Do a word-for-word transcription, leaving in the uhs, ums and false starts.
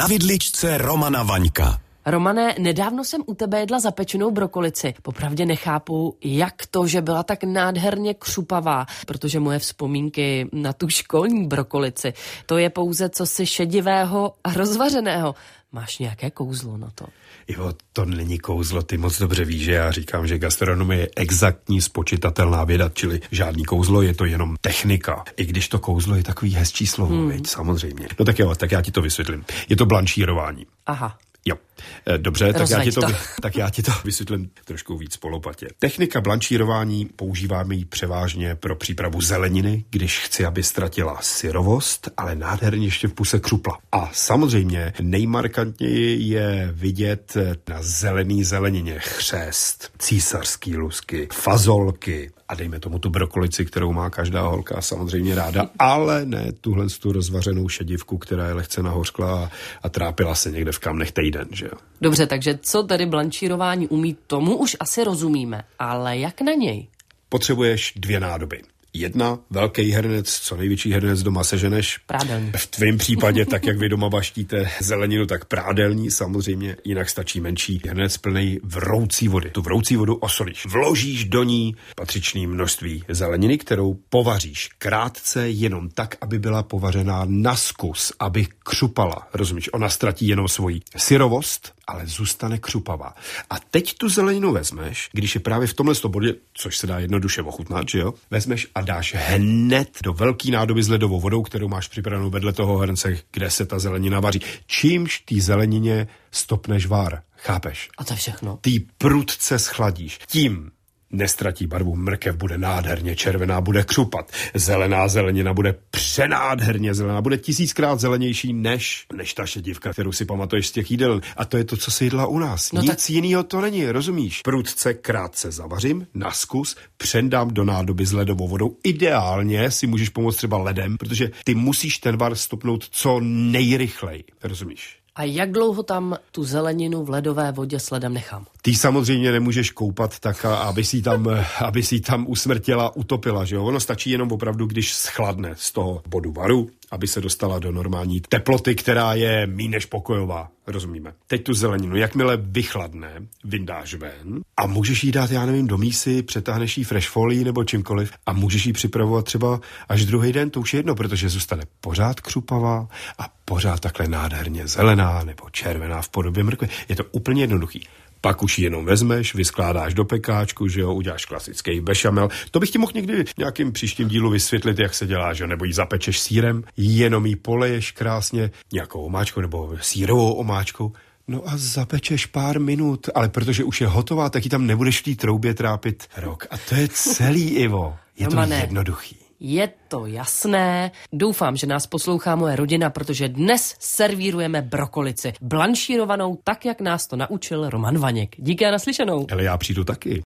Na vidličce Romana Vaňka. Romane, nedávno jsem u tebe jedla zapečenou brokolici. Popravdě nechápu, jak to, že byla tak nádherně křupavá, protože moje vzpomínky na tu školní brokolici, to je pouze cosi šedivého a rozvařeného. Máš nějaké kouzlo na to? Jo, to není kouzlo, ty moc dobře víš, že já říkám, že gastronomie je exaktní spočitatelná věda, čili žádný kouzlo, je to jenom technika. I když to kouzlo je takový hezčí slovo, hmm. veď, samozřejmě. No tak jo, tak já ti to vysvětlím. Je to blanšírování. Aha. Jo, dobře, tak já, ti to, to. tak já ti to vysvětlím trošku víc polopatě. Technika blanšírování, používáme ji převážně pro přípravu zeleniny, když chci, aby ztratila syrovost, ale nádherně ještě v puse křupla. A samozřejmě nejmarkantněji je vidět na zelený zelenině chřest, císařský lusky, fazolky a dejme tomu tu brokolici, kterou má každá holka samozřejmě ráda, ale ne tuhle tu rozvařenou šedivku, která je lehce nahořkla a, a trápila se někde v kamnech týden, že jo. Dobře, takže co tady blanšírování umí, tomu už asi rozumíme, ale jak na něj? Potřebuješ dvě nádoby. Jedna, velký hrnec, co největší hrnec doma seženeš. Prádelní. V tvém případě, tak jak vy doma baštíte zeleninu, tak prádelní, samozřejmě, jinak stačí menší hrnec plný vroucí vody. Tu vroucí vodu osolíš. Vložíš do ní patřičné množství zeleniny, kterou povaříš krátce, jenom tak, aby byla povařená na zkus, aby křupala. Rozumíš? Ona ztratí jenom svoji syrovost, ale zůstane křupavá. A teď tu zeleninu vezmeš, když je právě v tomhle bodě, což se dá jednoduše ochutnat, že jo, vezmeš a dáš hned do velký nádoby s ledovou vodou, kterou máš připravenou vedle toho hrnce, kde se ta zelenina vaří. Čímž tý zelenině stopneš vár. Chápeš? A to je všechno. Ty prudce schladíš. Tím nestratí barvu, mrkev bude nádherně červená, bude křupat. Zelená zelenina bude přenádherně zelená, bude tisíckrát zelenější než, než ta šedivka, kterou si pamatuješ z těch jídel. A to je to, co se jedla u nás. No Nic tak... jinýho to není, rozumíš? Prudce krátce zavařím, na zkus, přendám do nádoby s ledovou vodou. Ideálně si můžeš pomoct třeba ledem, protože ty musíš ten var stopnout co nejrychleji, rozumíš? A jak dlouho tam tu zeleninu v ledové vodě s ledem nechám? Ty samozřejmě nemůžeš koupat tak, aby si tam, aby si tam usmrtila, utopila, že jo? Ono stačí jenom opravdu, když schladne z toho bodu varu, aby se dostala do normální teploty, která je méně než pokojová. Rozumíme. Teď tu zeleninu, jakmile vychladne, vyndáš ven a můžeš jí dát, já nevím, do mísy, přetáhneš jí fresh folii nebo čímkoliv a můžeš jí připravovat třeba až druhý den, to už je jedno, protože zůstane pořád křupavá a pořád takhle nádherně zelená nebo červená v podobě mrkve. Je to úplně jednoduchý. Pak už ji jenom vezmeš, vyskládáš do pekáčku, že jo, uděláš klasický bešamel. To bych ti mohl někdy v nějakým příštím dílu vysvětlit, jak se dělá, že jo, nebo ji zapečeš sýrem, jenom ji poleješ krásně nějakou omáčkou nebo sýrovou omáčkou. No a zapečeš pár minut, ale protože už je hotová, tak ji tam nebudeš v té troubě trápit rok. A to je celý, Ivo. Je to Romane, jednoduchý. Je to jasné. Doufám, že nás poslouchá moje rodina, protože dnes servírujeme brokolici. Blanšírovanou tak, jak nás to naučil Roman Vaněk. Díky a naslyšenou. Ale já přijdu taky.